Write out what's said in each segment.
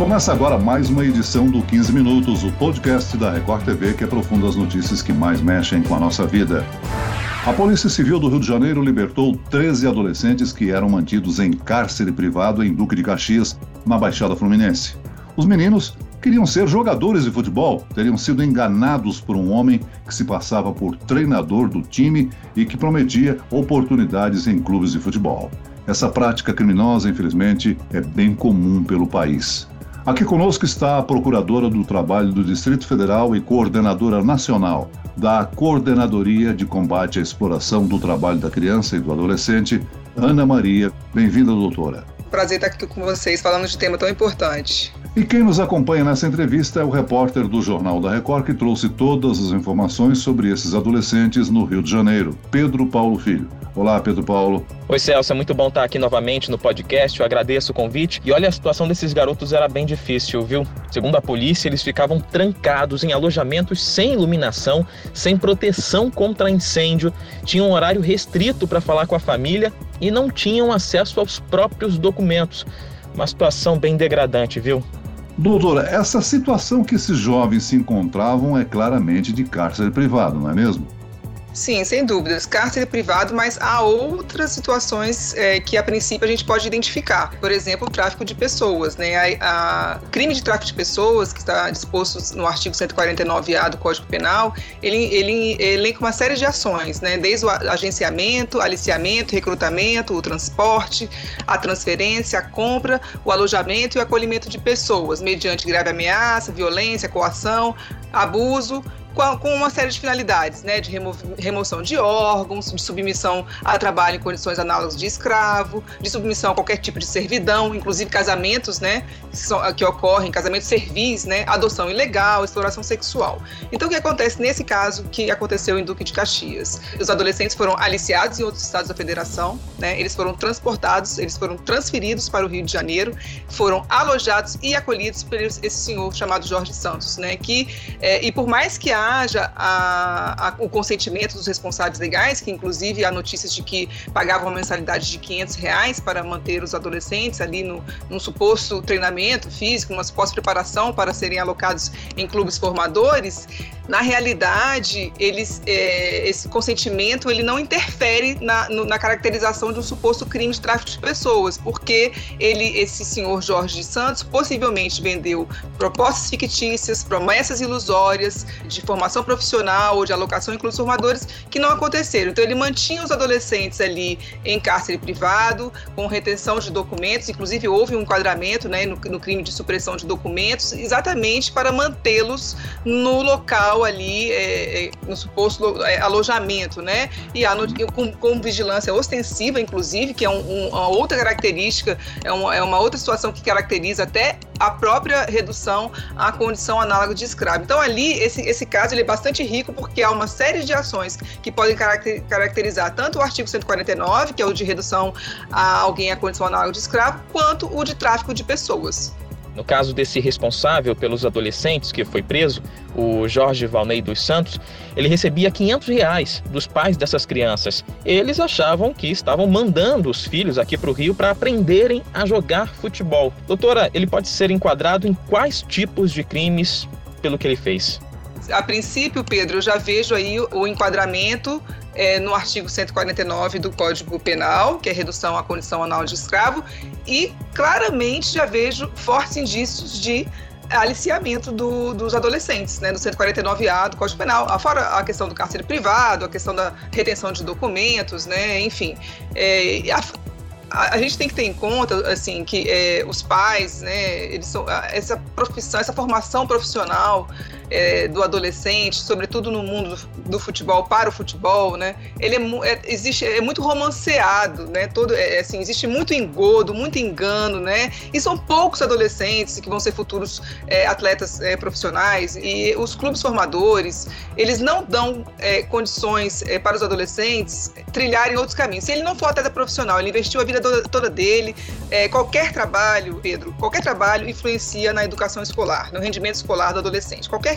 Começa agora mais uma edição do 15 Minutos, o podcast da Record TV que aprofunda as notícias que mais mexem com a nossa vida. A Polícia Civil do Rio de Janeiro libertou 13 adolescentes que eram mantidos em cárcere privado em Duque de Caxias, na Baixada Fluminense. Os meninos queriam ser jogadores de futebol, teriam sido enganados por um homem que se passava por treinador do time e que prometia oportunidades em clubes de futebol. Essa prática criminosa, infelizmente, é bem comum pelo país. Aqui conosco está a Procuradora do Trabalho do Distrito Federal e Coordenadora Nacional da Coordenadoria de Combate à Exploração do Trabalho da Criança e do Adolescente, Ana Maria. Bem-vinda, doutora. Prazer estar aqui com vocês falando de tema tão importante. E quem nos acompanha nessa entrevista é o repórter do Jornal da Record que trouxe todas as informações sobre esses adolescentes no Rio de Janeiro, Pedro Paulo Filho. Olá, Pedro Paulo. Oi, Celso, é muito bom estar aqui novamente no podcast, eu agradeço o convite. E olha, a situação desses garotos era bem difícil, viu? Segundo a polícia, eles ficavam trancados em alojamentos sem iluminação, sem proteção contra incêndio, tinham um horário restrito para falar com a família e não tinham acesso aos próprios documentos. Uma situação bem degradante, viu? Doutora, essa situação que esses jovens se encontravam é claramente de cárcere privado, não é mesmo? Sim, sem dúvidas, cárcere privado, mas há outras situações que a princípio a gente pode identificar. Por exemplo, o tráfico de pessoas, né? O crime de tráfico de pessoas, que está disposto no artigo 149A do Código Penal, ele elenca uma série de ações, né? Desde o agenciamento, aliciamento, recrutamento, o transporte, a transferência, a compra, o alojamento e o acolhimento de pessoas, mediante grave ameaça, violência, coação, abuso, com uma série de finalidades, né, de remoção de órgãos, de submissão a trabalho em condições análogas de escravo, de submissão a qualquer tipo de servidão, inclusive casamentos, né, que ocorrem, casamentos servis, né, adoção ilegal, exploração sexual. Então, o que acontece nesse caso que aconteceu em Duque de Caxias? Os adolescentes foram aliciados em outros estados da federação, né, eles foram transportados, eles foram transferidos para o Rio de Janeiro, foram alojados e acolhidos por esse senhor chamado Jorge Santos, né, e por mais que haja o consentimento dos responsáveis legais, que inclusive há notícias de que pagavam uma mensalidade de R$500 para manter os adolescentes ali num suposto treinamento físico, numa suposta preparação para serem alocados em clubes formadores. Na realidade, esse consentimento ele não interfere na caracterização de um suposto crime de tráfico de pessoas, porque esse senhor Jorge Santos possivelmente vendeu propostas fictícias, promessas ilusórias de formação profissional ou de alocação em clubes formadores que não aconteceram. Então ele mantinha os adolescentes ali em cárcere privado, com retenção de documentos, inclusive houve um enquadramento, né, no crime de supressão de documentos, exatamente para mantê-los no local ali, no suposto alojamento, né, e com vigilância ostensiva, inclusive, que é uma outra característica, é uma outra situação que caracteriza até a própria redução à condição análoga de escravo. Então ali, esse caso ele é bastante rico porque há uma série de ações que podem caracterizar tanto o artigo 149, que é o de redução a alguém à condição análoga de escravo, quanto o de tráfico de pessoas. No caso desse responsável pelos adolescentes que foi preso, o Jorge Valnei dos Santos, ele recebia R$500 dos pais dessas crianças. Eles achavam que estavam mandando os filhos aqui para o Rio para aprenderem a jogar futebol. Doutora, ele pode ser enquadrado em quais tipos de crimes pelo que ele fez? A princípio, Pedro, eu já vejo aí o enquadramento no artigo 149 do Código Penal, que é redução à condição análoga de escravo, e claramente já vejo fortes indícios de aliciamento dos adolescentes, né, do 149A do Código Penal, fora a questão do cárcere privado, a questão da retenção de documentos, né, enfim. A gente tem que ter em conta, assim, que os pais, né, eles são, essa profissão, essa formação profissional do adolescente, sobretudo no mundo do futebol, para o futebol, né, ele é muito romanceado, né, assim, existe muito engodo, muito engano, né, e são poucos adolescentes que vão ser futuros atletas profissionais, e os clubes formadores, eles não dão condições para os adolescentes trilharem outros caminhos. Se ele não for atleta profissional, ele investiu a vida toda dele, qualquer trabalho, Pedro, qualquer trabalho influencia na educação escolar, no rendimento escolar do adolescente. Qualquer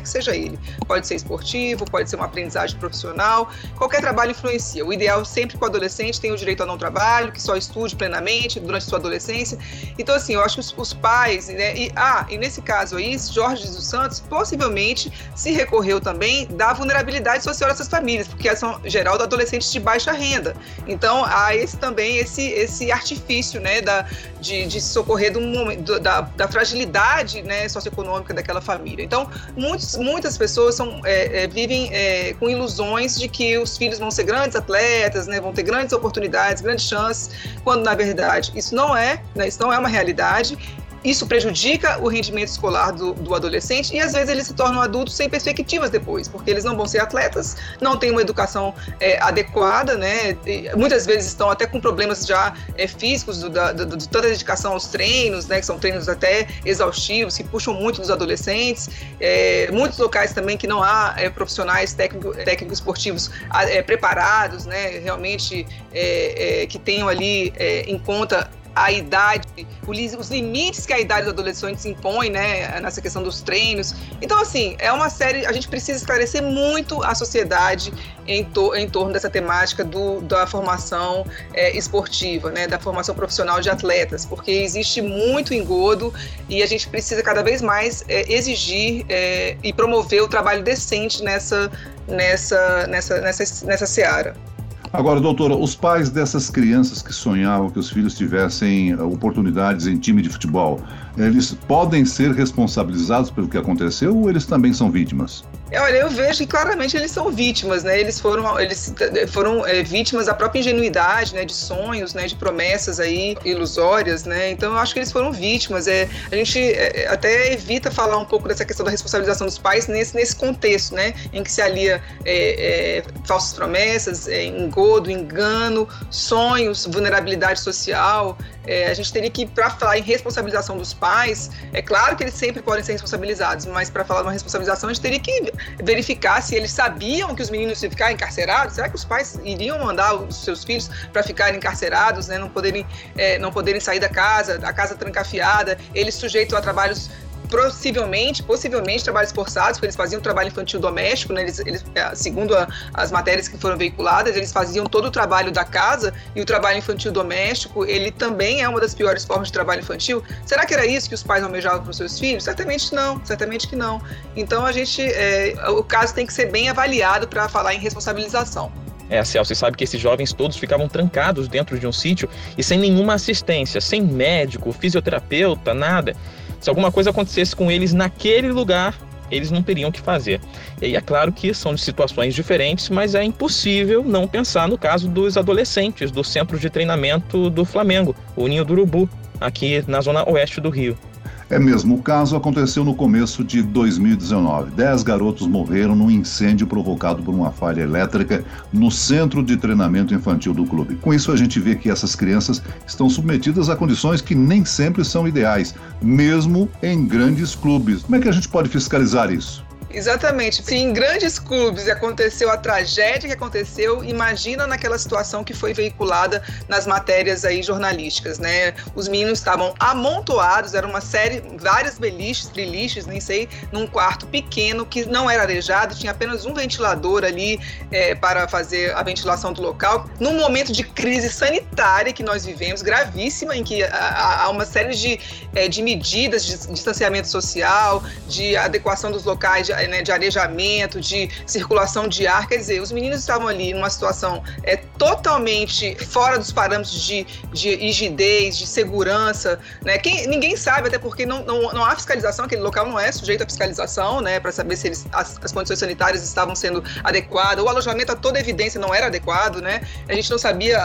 que seja ele. Pode ser esportivo, pode ser uma aprendizagem profissional, qualquer trabalho influencia. O ideal sempre que o adolescente tem o direito a não trabalho, que só estude plenamente durante sua adolescência. Então, assim, eu acho que os pais, né, e nesse caso aí, Jorge Jesus Santos possivelmente se recorreu também da vulnerabilidade social dessas famílias, porque são, em geral, de adolescentes de baixa renda. Então, há esse artifício, né, de socorrer da fragilidade, né, socioeconômica daquela família. Então, muitas pessoas vivem com ilusões de que os filhos vão ser grandes atletas, né, vão ter grandes oportunidades, grandes chances, quando, na verdade, isso não é uma realidade. Isso prejudica o rendimento escolar do adolescente e, às vezes, eles se tornam adultos sem perspectivas depois, porque eles não vão ser atletas, não têm uma educação adequada, né? E muitas vezes estão até com problemas já físicos de tanta dedicação aos treinos, né? Que são treinos até exaustivos, que puxam muito dos adolescentes. Muitos locais também que não há profissionais técnicos esportivos preparados, né? Realmente que tenham ali em conta a idade, os limites que a idade do adolescente impõe, né, nessa questão dos treinos. Então, assim, é uma série, a gente precisa esclarecer muito a sociedade em torno dessa temática da formação esportiva, né, da formação profissional de atletas, porque existe muito engodo e a gente precisa cada vez mais exigir e promover o trabalho decente nessa seara. Agora, doutora, os pais dessas crianças que sonhavam que os filhos tivessem oportunidades em time de futebol, eles podem ser responsabilizados pelo que aconteceu ou eles também são vítimas? Olha, eu vejo que claramente eles são vítimas, né? Eles foram vítimas da própria ingenuidade, né? De sonhos, né? De promessas aí ilusórias, né? Então eu acho que eles foram vítimas. A gente até evita falar um pouco dessa questão da responsabilização dos pais nesse contexto, né? Em que se alia falsas promessas, engodo, engano, sonhos, vulnerabilidade social. A gente teria que, para falar em responsabilização dos pais, é claro que eles sempre podem ser responsabilizados, mas para falar de uma responsabilização, a gente teria que verificar se eles sabiam que os meninos iam ficar encarcerados. Será que os pais iriam mandar os seus filhos para ficarem encarcerados, né? Não poderem sair da casa, a casa trancafiada, eles sujeitos a trabalhos possivelmente trabalhos forçados, porque eles faziam trabalho infantil doméstico, né? Eles, segundo as matérias que foram veiculadas, eles faziam todo o trabalho da casa, e o trabalho infantil doméstico, ele também é uma das piores formas de trabalho infantil. Será que era isso que os pais almejavam para os seus filhos? Certamente que não. Então, o caso tem que ser bem avaliado para falar em responsabilização. Celso, você sabe que esses jovens todos ficavam trancados dentro de um sítio e sem nenhuma assistência, sem médico, fisioterapeuta, nada. Se alguma coisa acontecesse com eles naquele lugar, eles não teriam o que fazer. E aí é claro que são de situações diferentes, mas é impossível não pensar no caso dos adolescentes do Centro de Treinamento do Flamengo, o Ninho do Urubu, aqui na zona oeste do Rio. É mesmo, o caso aconteceu no começo de 2019. 10 garotos morreram num incêndio provocado por uma falha elétrica no centro de treinamento infantil do clube. Com isso, a gente vê que essas crianças estão submetidas a condições que nem sempre são ideais, mesmo em grandes clubes. Como é que a gente pode fiscalizar isso? Exatamente. Se em grandes clubes aconteceu a tragédia que aconteceu, imagina naquela situação que foi veiculada nas matérias aí jornalísticas, né? Os meninos estavam amontoados, era uma série, várias triliches, nem sei, num quarto pequeno que não era arejado, tinha apenas um ventilador ali para fazer a ventilação do local. Num momento de crise sanitária que nós vivemos, gravíssima, em que há uma série de medidas de distanciamento social, de adequação dos locais, de arejamento, de circulação de ar. Quer dizer, os meninos estavam ali numa situação totalmente fora dos parâmetros de rigidez, de segurança, né? Ninguém sabe, até porque não há fiscalização, aquele local não é sujeito à fiscalização, né? Para saber se as condições sanitárias estavam sendo adequadas. O alojamento, a toda evidência, não era adequado, né? A gente não sabia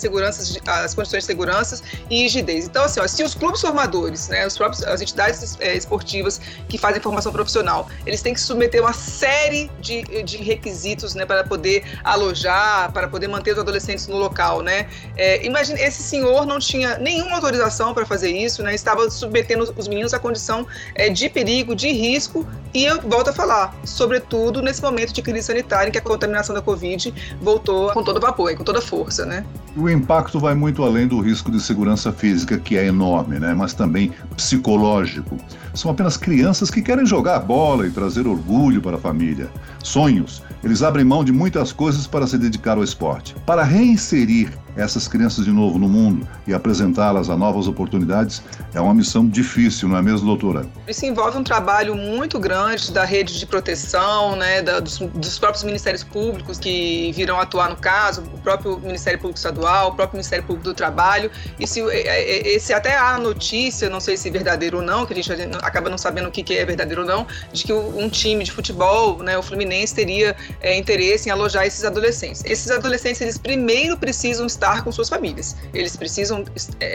as condições de segurança e rigidez. Então, assim, se os clubes formadores, né, as entidades esportivas que fazem formação profissional, eles têm que submeter uma série de requisitos, né, para poder alojar, para poder manter os adolescentes no local, né? Imagina, esse senhor não tinha nenhuma autorização para fazer isso, né? Estava submetendo os meninos à condição de perigo, de risco, e eu volto a falar, sobretudo nesse momento de crise sanitária em que a contaminação da Covid voltou com todo vapor, com toda força, né? O impacto vai muito além do risco de segurança física, que é enorme, né? Mas também psicológico. São apenas crianças que querem jogar bola e trazer orgulho para a família, sonhos. Eles abrem mão de muitas coisas para se dedicar ao esporte. Para reinserir essas crianças de novo no mundo e apresentá-las a novas oportunidades é uma missão difícil, não é mesmo, doutora? Isso envolve um trabalho muito grande da rede de proteção, né, dos próprios ministérios públicos que virão atuar no caso, o próprio Ministério Público Estadual, o próprio Ministério Público do Trabalho. E se até há notícia, não sei se é verdadeiro ou não, que a gente acaba não sabendo o que é verdadeiro ou não, de que um time de futebol, né, o Fluminense, teria interesse em alojar esses adolescentes. Esses adolescentes, eles primeiro precisam estar com suas famílias. Eles precisam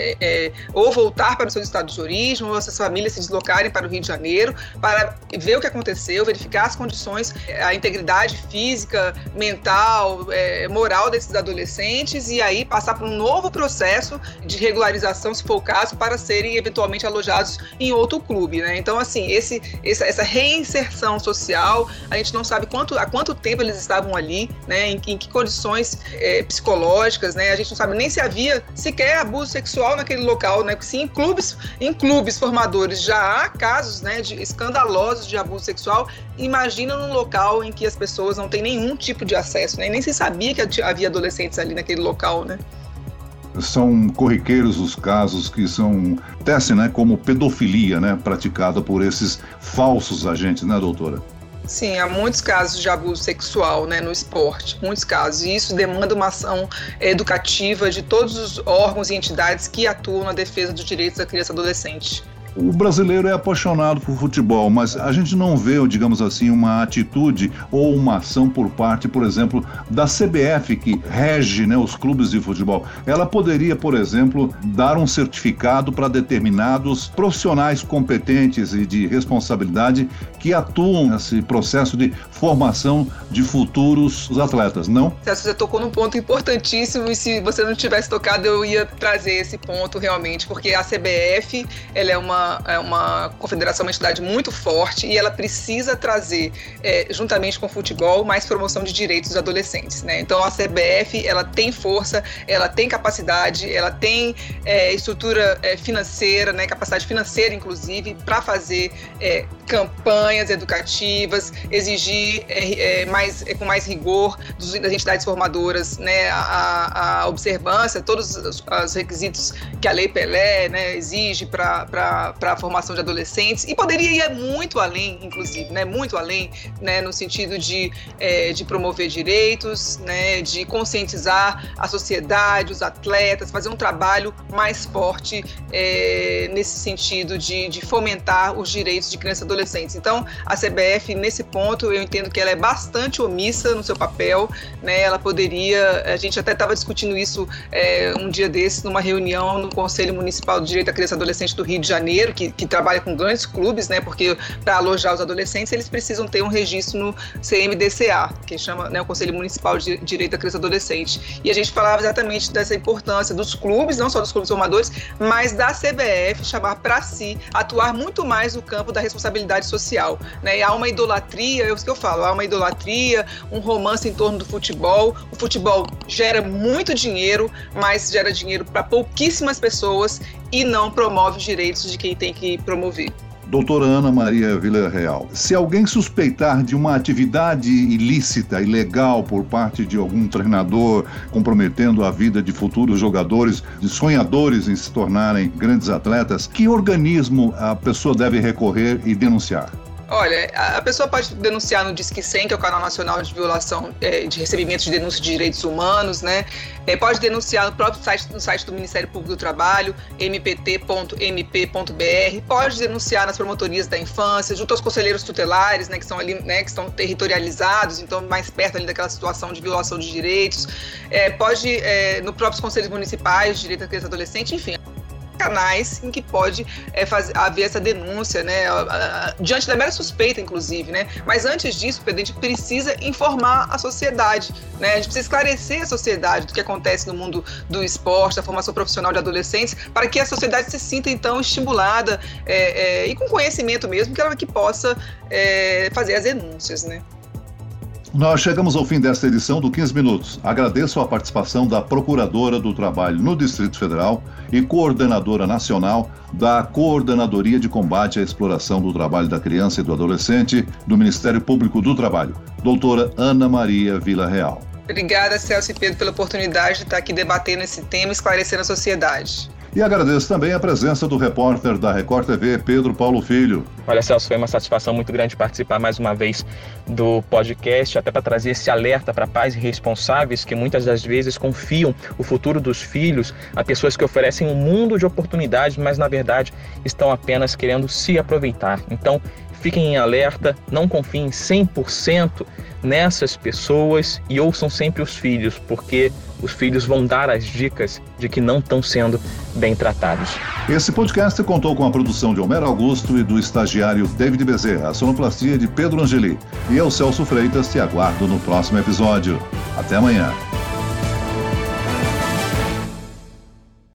ou voltar para o seu estado de origem, ou essas famílias se deslocarem para o Rio de Janeiro para ver o que aconteceu, verificar as condições, a integridade física, mental, moral desses adolescentes, e aí passar por um novo processo de regularização, se for o caso, para serem eventualmente alojados em outro clube, né? Então, assim, essa reinserção social, a gente não sabe há quanto tempo eles estavam ali, né? Em que condições psicológicas, né? A gente não sabe nem se havia sequer abuso sexual naquele local, né? Se em clubes formadores já há casos, né, escandalosos de abuso sexual, imagina num local em que as pessoas não têm nenhum tipo de acesso, né? Nem se sabia que havia adolescentes ali naquele local, né? São corriqueiros os casos que tecem, né, como pedofilia, né, praticada por esses falsos agentes, né, doutora? Sim, há muitos casos de abuso sexual, né, no esporte, muitos casos, e isso demanda uma ação educativa de todos os órgãos e entidades que atuam na defesa dos direitos da criança e adolescente. O brasileiro é apaixonado por futebol, mas a gente não vê, digamos assim, uma atitude ou uma ação por parte, por exemplo, da CBF, que rege, né, os clubes de futebol. Ela poderia, por exemplo, dar um certificado para determinados profissionais competentes e de responsabilidade que atuam nesse processo de formação de futuros atletas, não? Você tocou num ponto importantíssimo, e se você não tivesse tocado, eu ia trazer esse ponto realmente, porque a CBF, ela é uma confederação, uma entidade muito forte, e ela precisa trazer, juntamente com o futebol, mais promoção de direitos dos adolescentes, né? Então a CBF, ela tem força, ela tem capacidade, ela tem estrutura financeira, né, capacidade financeira inclusive, para fazer campanhas educativas, exigir com mais rigor das entidades formadoras, né, a observância, todos os requisitos que a Lei Pelé, né, exige para a formação de adolescentes, e poderia ir muito além, inclusive, né, muito além, né, no sentido de promover direitos, né, de conscientizar a sociedade, os atletas, fazer um trabalho mais forte nesse sentido de fomentar os direitos de crianças e adolescentes. Então, a CBF, nesse ponto, eu entendo que ela é bastante omissa no seu papel, né, ela poderia, a gente até estava discutindo isso um dia desses, numa reunião no Conselho Municipal do Direito da Criança e Adolescente do Rio de Janeiro, que trabalha com grandes clubes, né, porque para alojar os adolescentes, eles precisam ter um registro no CMDCA, que chama, né, o Conselho Municipal de Direito da Criança e Adolescente. E a gente falava exatamente dessa importância dos clubes, não só dos clubes formadores, mas da CBF chamar para si, atuar muito mais no campo da responsabilidade social, né? E há uma idolatria, é isso que eu falo, há uma idolatria, um romance em torno do futebol. O futebol gera muito dinheiro, mas gera dinheiro para pouquíssimas pessoas e não promove os direitos de quem tem que promover. Doutora Ana Maria Villarreal, se alguém suspeitar de uma atividade ilícita, ilegal por parte de algum treinador, comprometendo a vida de futuros jogadores, de sonhadores em se tornarem grandes atletas, que organismo a pessoa deve recorrer e denunciar? Olha, a pessoa pode denunciar no Disque 100, que é o Canal Nacional de Violação de Recebimento de Denúncia de Direitos Humanos, né? Pode denunciar no próprio site do Ministério Público do Trabalho, mpt.mp.br, pode denunciar nas promotorias da infância, junto aos conselheiros tutelares, né, que são ali, né, que estão territorializados, então mais perto ali daquela situação de violação de direitos, pode no próprios conselhos municipais de direito da criança e adolescente, enfim, canais em que pode haver essa denúncia, né, diante da mera suspeita, inclusive, né? Mas antes disso, a gente precisa informar a sociedade, né? A gente precisa esclarecer a sociedade do que acontece no mundo do esporte, da formação profissional de adolescentes, para que a sociedade se sinta, então, estimulada e com conhecimento mesmo, que ela possa fazer as denúncias, né? Nós chegamos ao fim desta edição do 15 Minutos. Agradeço a participação da Procuradora do Trabalho no Distrito Federal e Coordenadora Nacional da Coordenadoria de Combate à Exploração do Trabalho da Criança e do Adolescente do Ministério Público do Trabalho, doutora Ana Maria Villarreal. Obrigada, Celso e Pedro, pela oportunidade de estar aqui debatendo esse tema e esclarecendo a sociedade. E agradeço também a presença do repórter da Record TV, Pedro Paulo Filho. Olha, Celso, foi uma satisfação muito grande participar mais uma vez do podcast, até para trazer esse alerta para pais responsáveis que muitas das vezes confiam o futuro dos filhos a pessoas que oferecem um mundo de oportunidades, mas na verdade estão apenas querendo se aproveitar. Então, fiquem em alerta, não confiem 100% nessas pessoas e ouçam sempre os filhos, porque os filhos vão dar as dicas de que não estão sendo bem tratados. Esse podcast contou com a produção de Homero Augusto e do estagiário David Bezerra, a sonoplastia de Pedro Angeli. E eu, Celso Freitas, te aguardo no próximo episódio. Até amanhã.